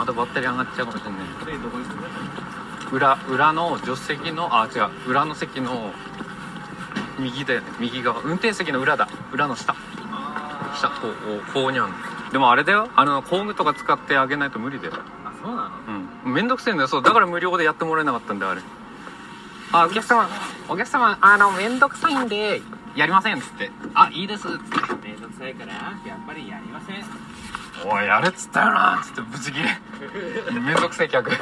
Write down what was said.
またバッテリー上がっちゃうかもしれない。 どこにする？ 裏の助手席の裏の席の右だよね。右側、運転席の裏だ。裏の下こうにある。でもあれだよ、工具とか使ってあげないと無理だよ。 あ、そうなの？ うん、めんどくせえんだよ。そうだから無料でやってもらえなかったんだよ、あれ。お客様めんどくさいんでやりませんっつって、いいですっつって、 めんどくさいからやっぱりやりません。 おいやれっつったよなっつってブチギレめんどくせえ客